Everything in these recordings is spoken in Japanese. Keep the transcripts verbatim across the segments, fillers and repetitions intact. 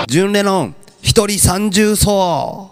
ジュンレノン一人三重奏。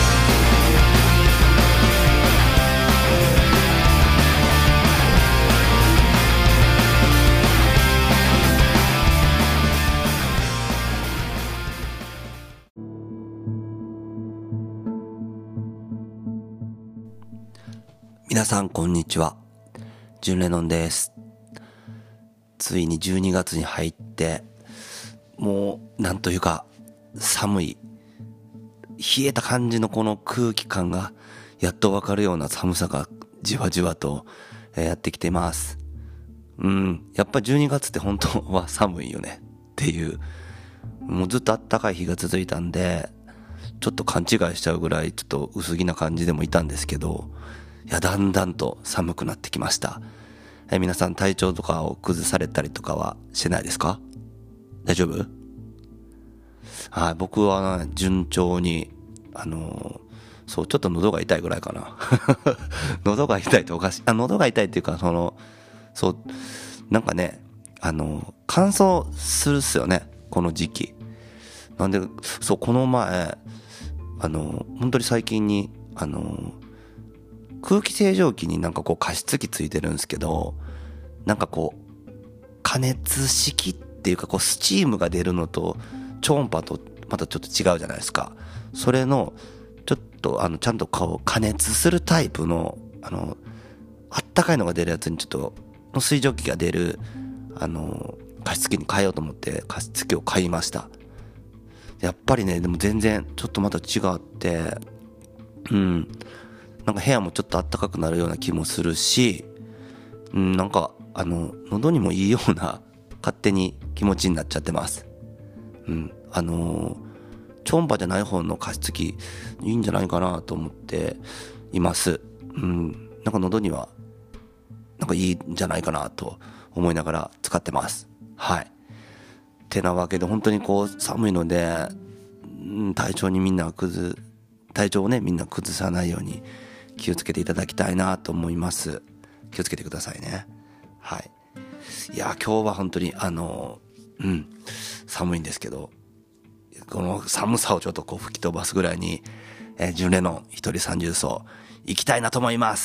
皆さんこんにちは、ジュンレノンです。ついにじゅうにがつに入ってもうなんというか寒い冷えた感じのこの空気感がやっとわかるような寒さがじわじわとやってきています。うんやっぱじゅうにがつって本当は寒いよねっていう、もうずっと暖かい日が続いたんでちょっと勘違いしちゃうぐらいちょっと薄着な感じでもいたんですけど、いやだんだんと寒くなってきました。え皆さん体調とかを崩されたりとかはしてないですか？大丈夫？はい、僕は、ね、順調にあのー、そうちょっと喉が痛いぐらいかな喉が痛いっておかしい、あ喉が痛いっていうかそのそうなんかねあのー、乾燥するっすよねこの時期なんで。そうこの前あのー、本当に最近にあのー空気清浄機になんかこう加湿器ついてるんですけど、なんかこう加熱式っていうかこうスチームが出るのと超音波とまたちょっと違うじゃないですか。それのちょっとあのちゃんとこう加熱するタイプのあのあったかいのが出るやつにちょっとの水蒸気が出るあの加湿器に変えようと思って加湿器を買いました。やっぱりねでも全然ちょっとまた違ってうんなんか部屋もちょっと暖かくなるような気もするし、うん、なんかあの喉にもいいような勝手に気持ちになっちゃってます。うん、あのー、超音波じゃない方の加湿器いいんじゃないかなと思っています。うん、なんか喉にはなんかいいんじゃないかなと思いながら使ってます。はい。てなわけで本当にこう寒いので、うん、体調にみんな崩体調をねみんな崩さないように気をつけていただきたいなと思います。気をつけてくださいね。はい。いや今日は本当にあのうん寒いんですけど、この寒さをちょっとこう吹き飛ばすぐらいに、えー、ジュンレノン一人三重奏行きたいなと思います。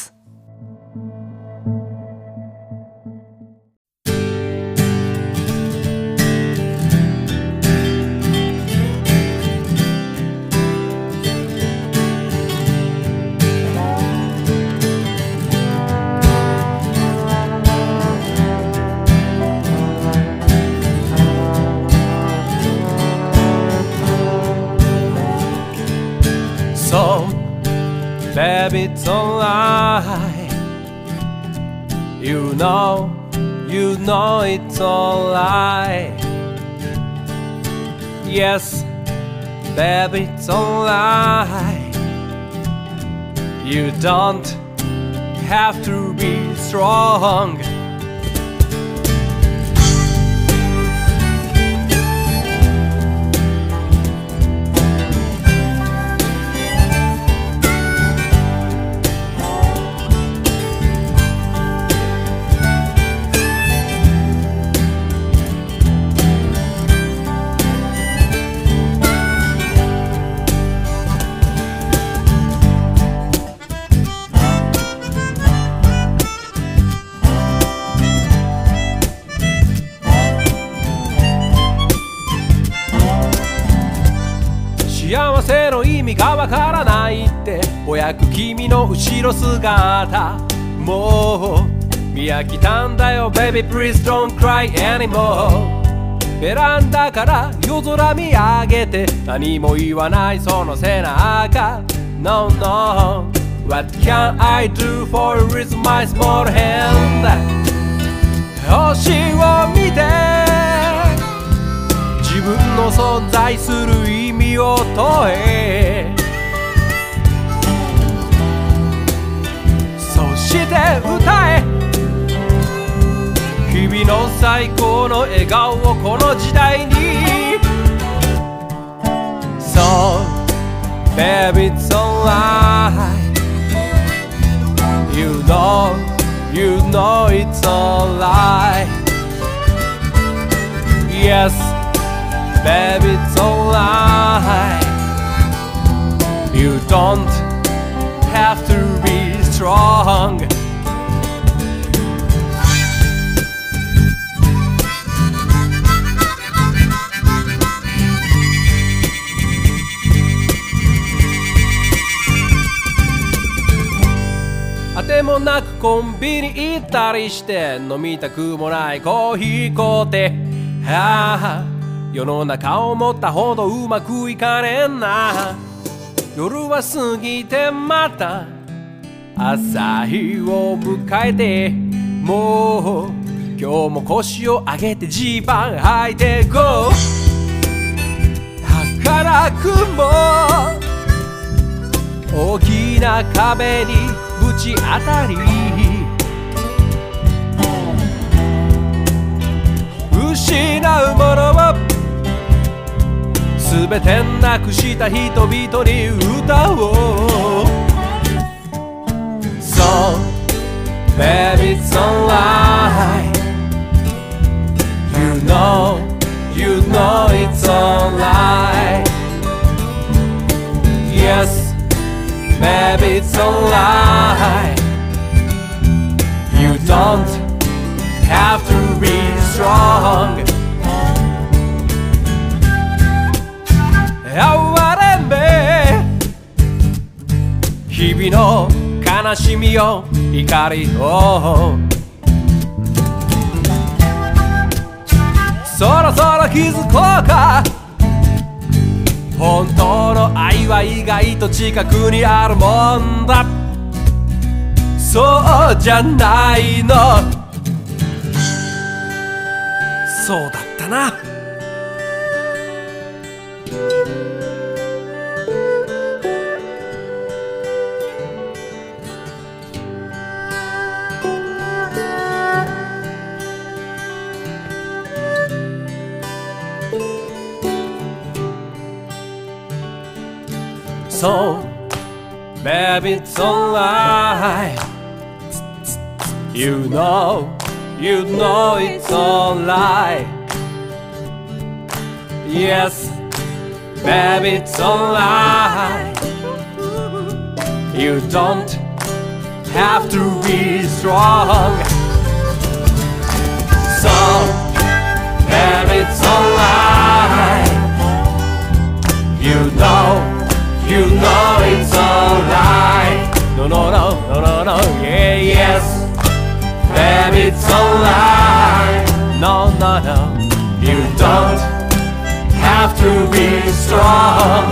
So, baby, it's alright. You know, you know it's alright. Yes, baby, it's alright. You don't have to be strong.幸せの意味がわからないってぼやく君の後ろ姿、もう見飽きたんだよ Baby please don't cry anymore。 ベランダから夜空見上げて何も言わないその背中 No no What can I do for you with my small hand。 星を見て自分の存在する意味を問え、そして歌え日々の最高の笑顔をこの時代に。 So baby it's alright You know, you know it's alright Yes baby, it's alright. You don't have to be strong.あてもなくコンビニ行ったりして飲みたくもないコーヒー買うて、はあ、世の中思ったほどうまくいかねえな。夜は過ぎてまた朝日を迎えて、もう今日も腰を上げてジーパン履いてこう。儚くも大きな壁にぶち当たり、失うものをすべてなくした人々に歌おう。 So baby, it's alright. You know, you know it's alright. Yes, baby, it's alright. You don't have to be strong. 哀れめ日々の悲しみを怒りを、そろそろ気づこうか。本当の愛は意外と近くにあるもんだ。そうじゃないの。そうだったな。So, baby, it's alright. You know, you know it's alright. Yes, baby, it's alright. You don't have to be strong. So, baby, it's alright. You know.You know it's alright. No, no, no, no, no, no, yeah, yes. Baby, it's alright. No, no, no. You don't have to be strong.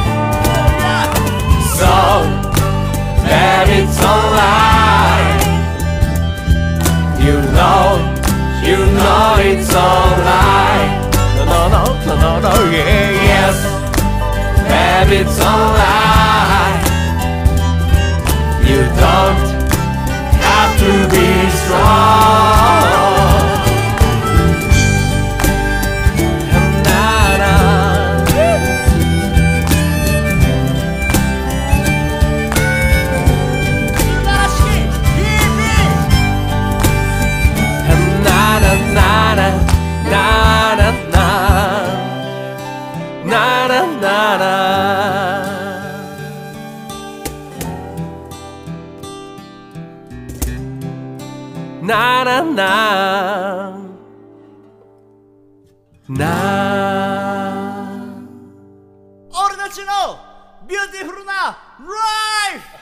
So, baby, it's alright. You know, you know it's alright. No, no, no, no, no, no, yeah, yes.Baby, it's alright. You don't have to be strong. Na na na na 俺たちのビューティフルなライフ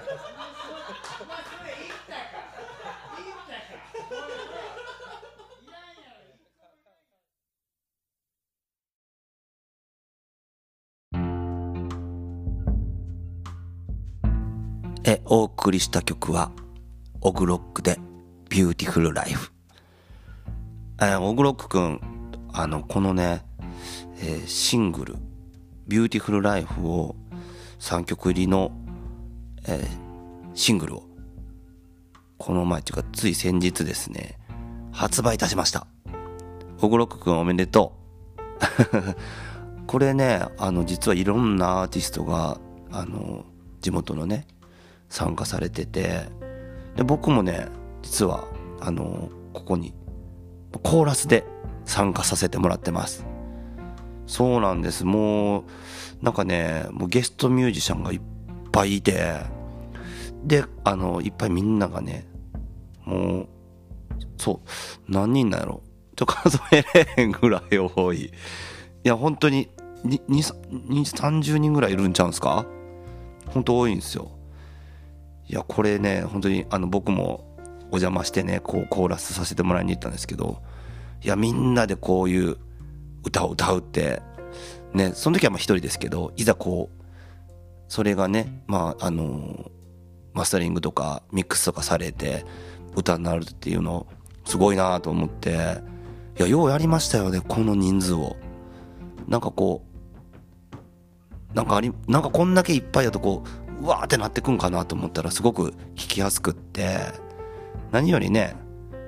えお送りした曲はオグロックでビューティフルライフ。えオグロックくん、あのこのね、えー、シングルビューティフルライフをさんきょく入りの、えー、シングルをこの前というかつい先日ですね発売いたしました。オグロックくんおめでとうこれね、あの実はいろんなアーティストがあの地元のね参加されてて、で僕もね実はあのここにコーラスで参加させてもらってます。 そうなんです。もうなんかね、もうゲストミュージシャンがいっぱいいて、であのいっぱいみんながね、もうそう何人なんやろ、ちょっと数えれへんぐらい多い。いや本当にににさんじゅうにんぐらいいるんちゃうんすか。本当多いんですよ。いやこれね、本当にあの僕もお邪魔してね、こうコーラスさせてもらいに行ったんですけど、いやみんなでこういう歌を歌うってね、その時はまあ一人ですけど、いざこうそれがね、まああのマスタリングとかミックスとかされて歌になるっていうのすごいなと思って、いやようやりましたよね、この人数を。なんかこうなんかありなんかこんだけいっぱいだとこううわーってなってくんかなと思ったら、すごく弾きやすくって、何よりね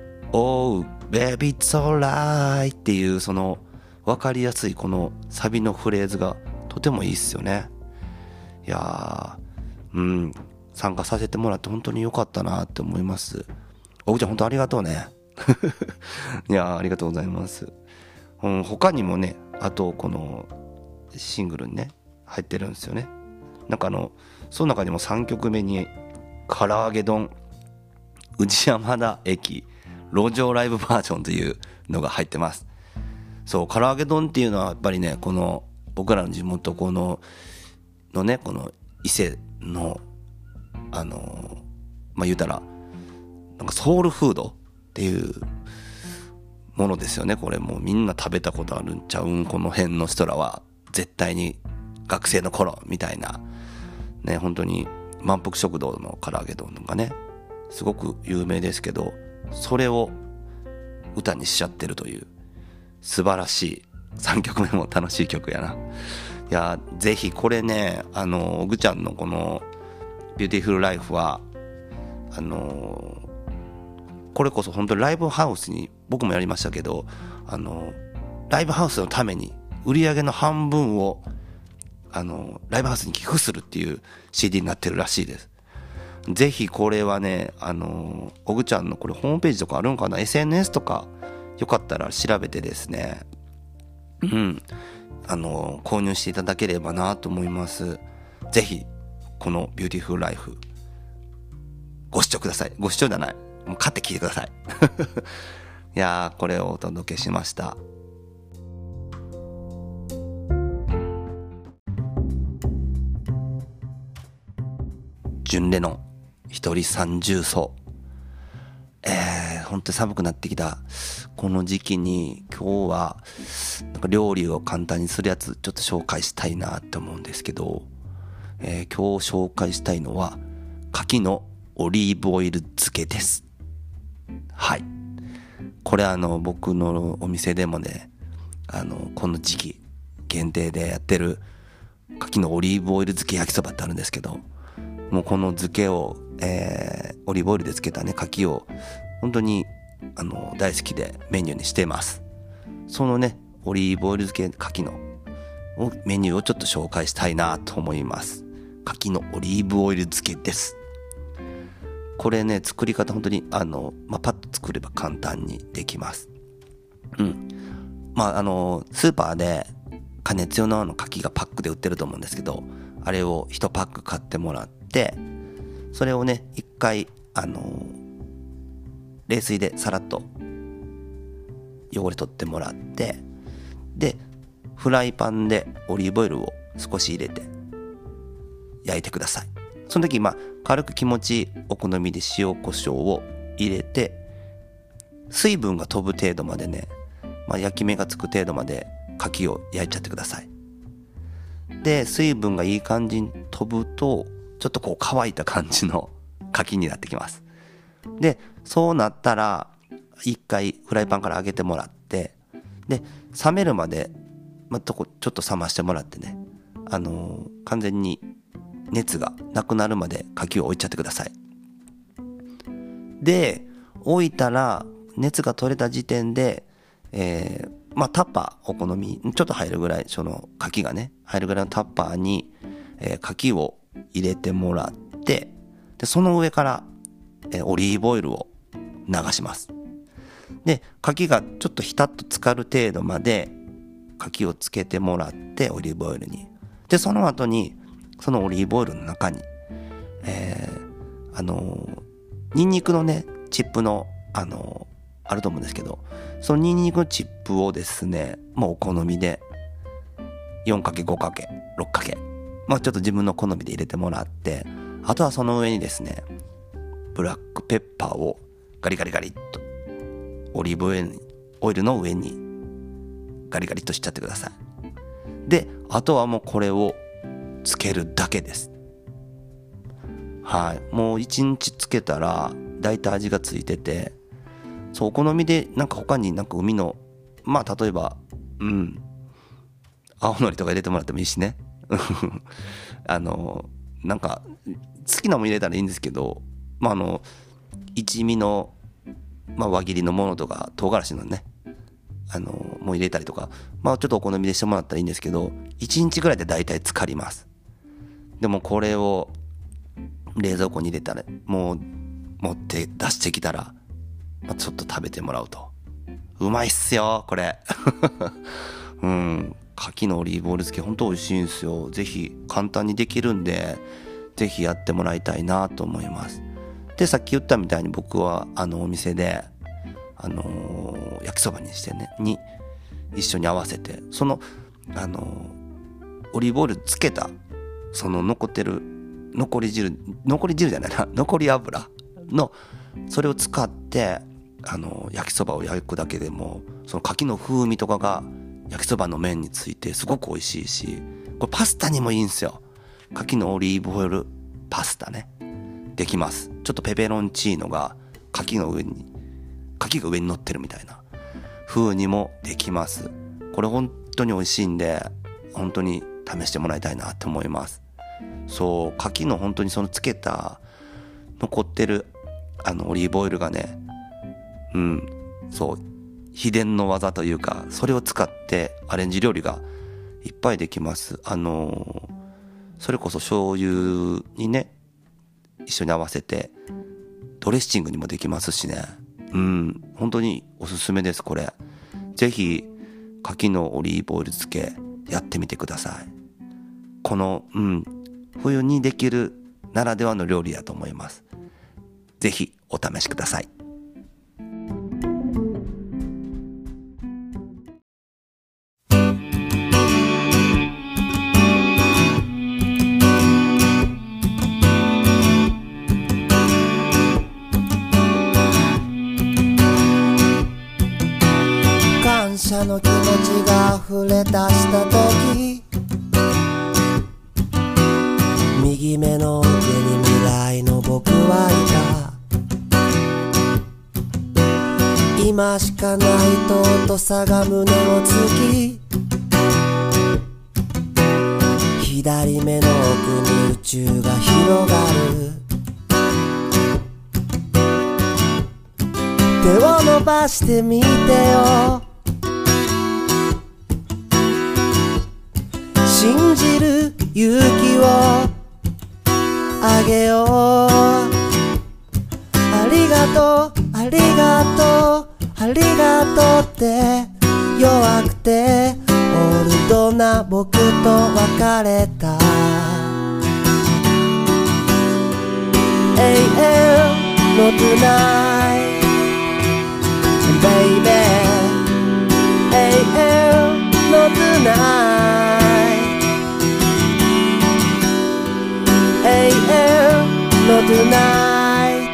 「Oh baby it's alright」っていうその分かりやすいこのサビのフレーズがとてもいいっすよね。いやー、うん参加させてもらって本当に良かったなって思います。おぐちゃん本当ありがとうねいやーありがとうございます、うん、他にもね、あとこのシングルにね入ってるんですよね。なんかあのその中にもさんきょくめに唐揚げ丼宇治山田駅路上ライブバージョンというのが入ってます。そう唐揚げ丼っていうのはやっぱりね、この僕らの地元こののね、この伊勢のあのまあ言うたらなんかソウルフードっていうものですよね。これもうみんな食べたことあるんちゃうん、この辺の人らは絶対に学生の頃みたいなね、本当に満腹食堂の唐揚げ丼がねすごく有名ですけど、それを歌にしちゃってるという素晴らしいさんきょくめも楽しい曲やな。いやぜひこれね、あのぐちゃんのこのビューティフルライフはあのこれこそ本当にライブハウスに僕もやりましたけど、あのライブハウスのために売り上げの半分をあのライブハウスに寄付するっていう シーディー になってるらしいです。ぜひこれはね、あのおぐちゃんのこれホームページとかあるんかな、 エスエヌエス とかよかったら調べてですね、うんあの購入していただければなと思います。ぜひこのビューティフルライフご視聴ください。ご視聴じゃない、もう買って聞いてくださいいやーこれをお届けしました。純レノン一人三重奏。えー、本当に寒くなってきたこの時期に今日はなんか料理を簡単にするやつちょっと紹介したいなって思うんですけど、えー、今日紹介したいのは牡蠣のオリーブオイル漬けです。はい、これあの僕のお店でもね、あのこの時期限定でやってる牡蠣のオリーブオイル漬け焼きそばってあるんですけど、もうこの漬けを、えー、オリーブオイルで漬けたね牡蠣を本当にあの大好きでメニューにしています。そのねオリーブオイル漬け牡蠣のメニューをちょっと紹介したいなと思います。牡蠣のオリーブオイル漬けです。これね作り方本当にあの、まあ、パッと作れば簡単にできます。うんまああのスーパーで加熱用の牡蠣がパックで売ってると思うんですけど、あれをいちパック買ってもらって、それをね一回あの冷水でさらっと汚れ取ってもらって、でフライパンでオリーブオイルを少し入れて焼いてください。その時まあ軽く気持ちお好みで塩コショウを入れて、水分が飛ぶ程度までね、まあ、焼き目がつく程度まで牡蠣を焼いちゃってください。で水分がいい感じに飛ぶとちょっとこう乾いた感じの牡蠣になってきます。でそうなったら一回フライパンから上げてもらって、で冷めるまで、まあ、とこちょっと冷ましてもらってね、あのー、完全に熱がなくなるまで牡蠣を置いちゃってください。で置いたら熱が取れた時点で、えー、まあタッパーお好みちょっと入るぐらい、その牡蠣がね入るぐらいのタッパーに、えー、牡蠣を入れてもらって、でその上から、えー、オリーブオイルを流します。で牡蠣がちょっとひたっと浸かる程度まで柿をつけてもらって、オリーブオイルに。で、その後に、そのオリーブオイルの中に、えー、あのー、ニンニクのね、チップの、あのー、あると思うんですけど、そのニンニクのチップをですね、もうお好みで、よんかけ、ごかけ、ろっかけ、まあちょっと自分の好みで入れてもらって、あとはその上にですね、ブラックペッパーをガリガリガリっと、オリーブオイルにオイルの上にガリガリっとしちゃってください。で、あとはもうこれをつけるだけです。はい。もう一日つけたらだいたい味がついてて、そう、お好みでなんか他になんか海の、まあ例えば、うん、青のりとか入れてもらってもいいしね。あの、なんか好きなもん入れたらいいんですけど、まああの、一味の、まあ輪切りのものとか唐辛子のね、あのもう入れたりとか、まあちょっとお好みでしてもらったらいいんですけど、いちにちぐらいで大体浸かります。でもこれを冷蔵庫に入れたら、もう持って出してきたら、まあ、ちょっと食べてもらうとうまいっすよこれ。うん、牡蠣のオリーブオイル漬けほんと美味しいんですよ。ぜひ簡単にできるんで、ぜひやってもらいたいなと思います。で、さっき言ったみたいに僕はあのお店であのー、焼きそばにしてねに一緒に合わせて、そのあのー、オリーブオイルつけたその残ってる残り汁残り汁じゃないな残り油のそれを使ってあのー、焼きそばを焼くだけでもその牡蠣の風味とかが焼きそばの麺についてすごく美味しいし、これパスタにもいいんですよ。牡蠣のオリーブオイルパスタね、できます。ちょっとペペロンチーノが牡蠣の上に牡蠣が上に乗ってるみたいな風にもできます。これ本当に美味しいんで、本当に試してもらいたいなと思います。そう、牡蠣の本当にそのつけた残ってるあのオリーブオイルがね、うん、そう秘伝の技というか、それを使ってアレンジ料理がいっぱいできます。あのー、それこそ醤油にね一緒に合わせてドレッシングにもできますしね。うん、本当におすすめです。これぜひ牡蠣のオリーブオイル漬けやってみてください。この、うん、冬にできるならではの料理だと思います。ぜひお試しください。 感謝の気持ちが溢れ出した時、右目の奥に未来の僕はいた。今しかない尊さが胸を突き、左目の奥に宇宙が広がる。手を伸ばしてみてよ、信じる勇気をあげよう。ありがとうありがとうありがとうって、弱くてオールドな僕と別れた。永遠の tonight baby、 永遠の tonight、 永遠の tonight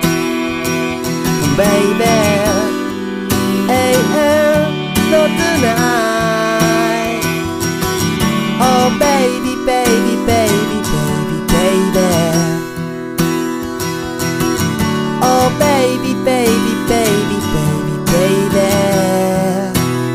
baby、 永遠の tonight。 Oh baby baby baby baby baby、 Oh baby baby baby baby baby。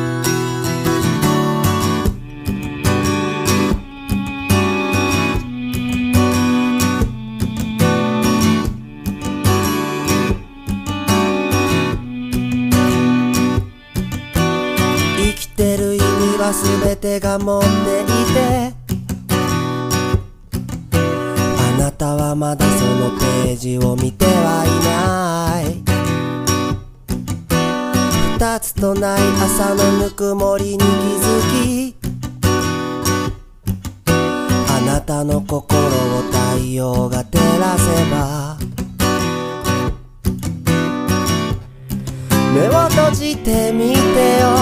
生きてる意味は全てが持っていて、あなたはまだそのページを見てはいない。二つとない朝のぬくもりに気づき、 たの心を太陽が照らせば目を閉じてみてよ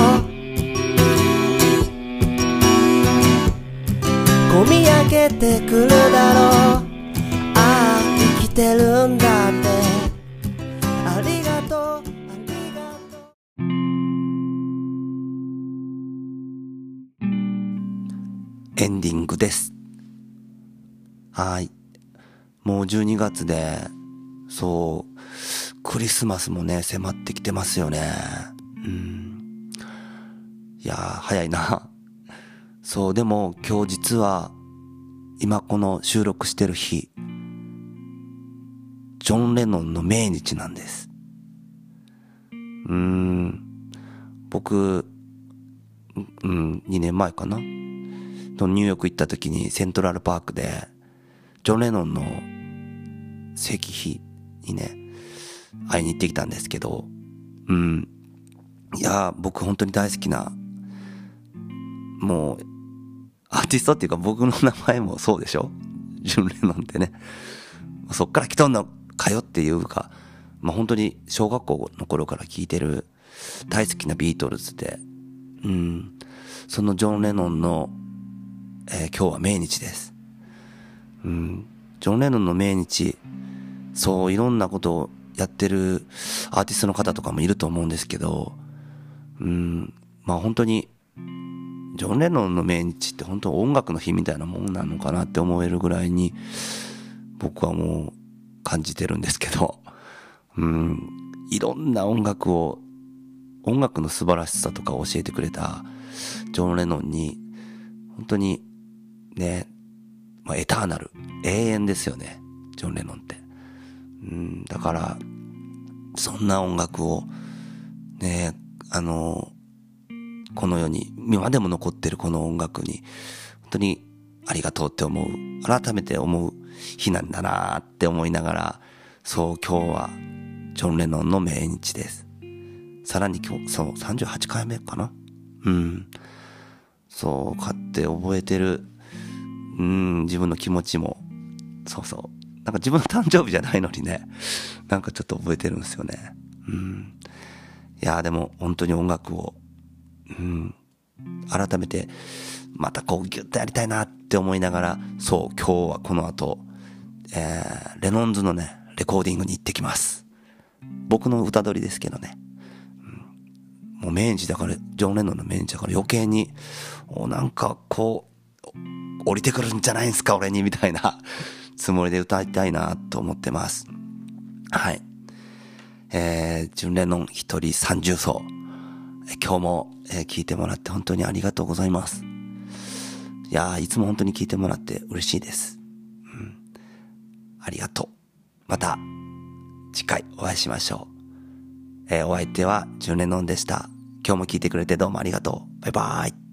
込み上げてくるだろうああ生きてるんだってありがとうありがとうエンディングです。はい。もうじゅうにがつで、そう、クリスマスもね、迫ってきてますよね。うん。いやー、早いな。そう、でも今日実は、今この収録してる日、ジョン・レノンの命日なんです。うーん。僕、うん、にねんまえかな。ニューヨーク行った時にセントラルパークで、ジョン・レノンの石碑にね、会いに行ってきたんですけど、うん。いやー、僕本当に大好きな、もう、アーティストっていうか僕の名前もそうでしょ？ジョン・レノンってね。そっから来とんのかよっていうか、まあ本当に小学校の頃から聴いてる大好きなビートルズで、うん。そのジョン・レノンの、えー、今日は命日です。うん。ジョン・レノンの命日、そういろんなことをやってるアーティストの方とかもいると思うんですけど、うん。まあ本当に、ジョン・レノンの命日って本当音楽の日みたいなもんなのかなって思えるぐらいに僕はもう感じてるんですけど、うん、いろんな音楽を、音楽の素晴らしさとかを教えてくれたジョン・レノンに、本当にね、まあ、エターナル、永遠ですよね、ジョン・レノンって。うん、だから、そんな音楽を、ね、あの、この世に今でも残ってるこの音楽に本当にありがとうって思う、改めて思う日なんだなって思いながら、そう今日はジョン・レノンの命日です。さらに今日そうさんじゅうはちかいめかな、うん、そう買って覚えてる、うん、自分の気持ちもそうそうなんか自分の誕生日じゃないのにね、なんかちょっと覚えてるんですよね。うん、いやでも本当に音楽をうん、改めてまたこうギュッとやりたいなって思いながら、そう今日はこの後、えー、レノンズのねレコーディングに行ってきます。僕の歌取りですけどね、うん、もう命日だから、ジョン・レノンの命日だから余計におなんかこう降りてくるんじゃないんすか俺にみたいなつもりで歌いたいなと思ってます。はい、えー、ジョン・レノン一人三重奏、今日も、えー、聞いてもらって本当にありがとうございます。いやー、いつも本当に聞いてもらって嬉しいです。うん、ありがとう。また次回お会いしましょう。えー、お相手はジョン・レノンでした。今日も聞いてくれてどうもありがとう。バイバイ。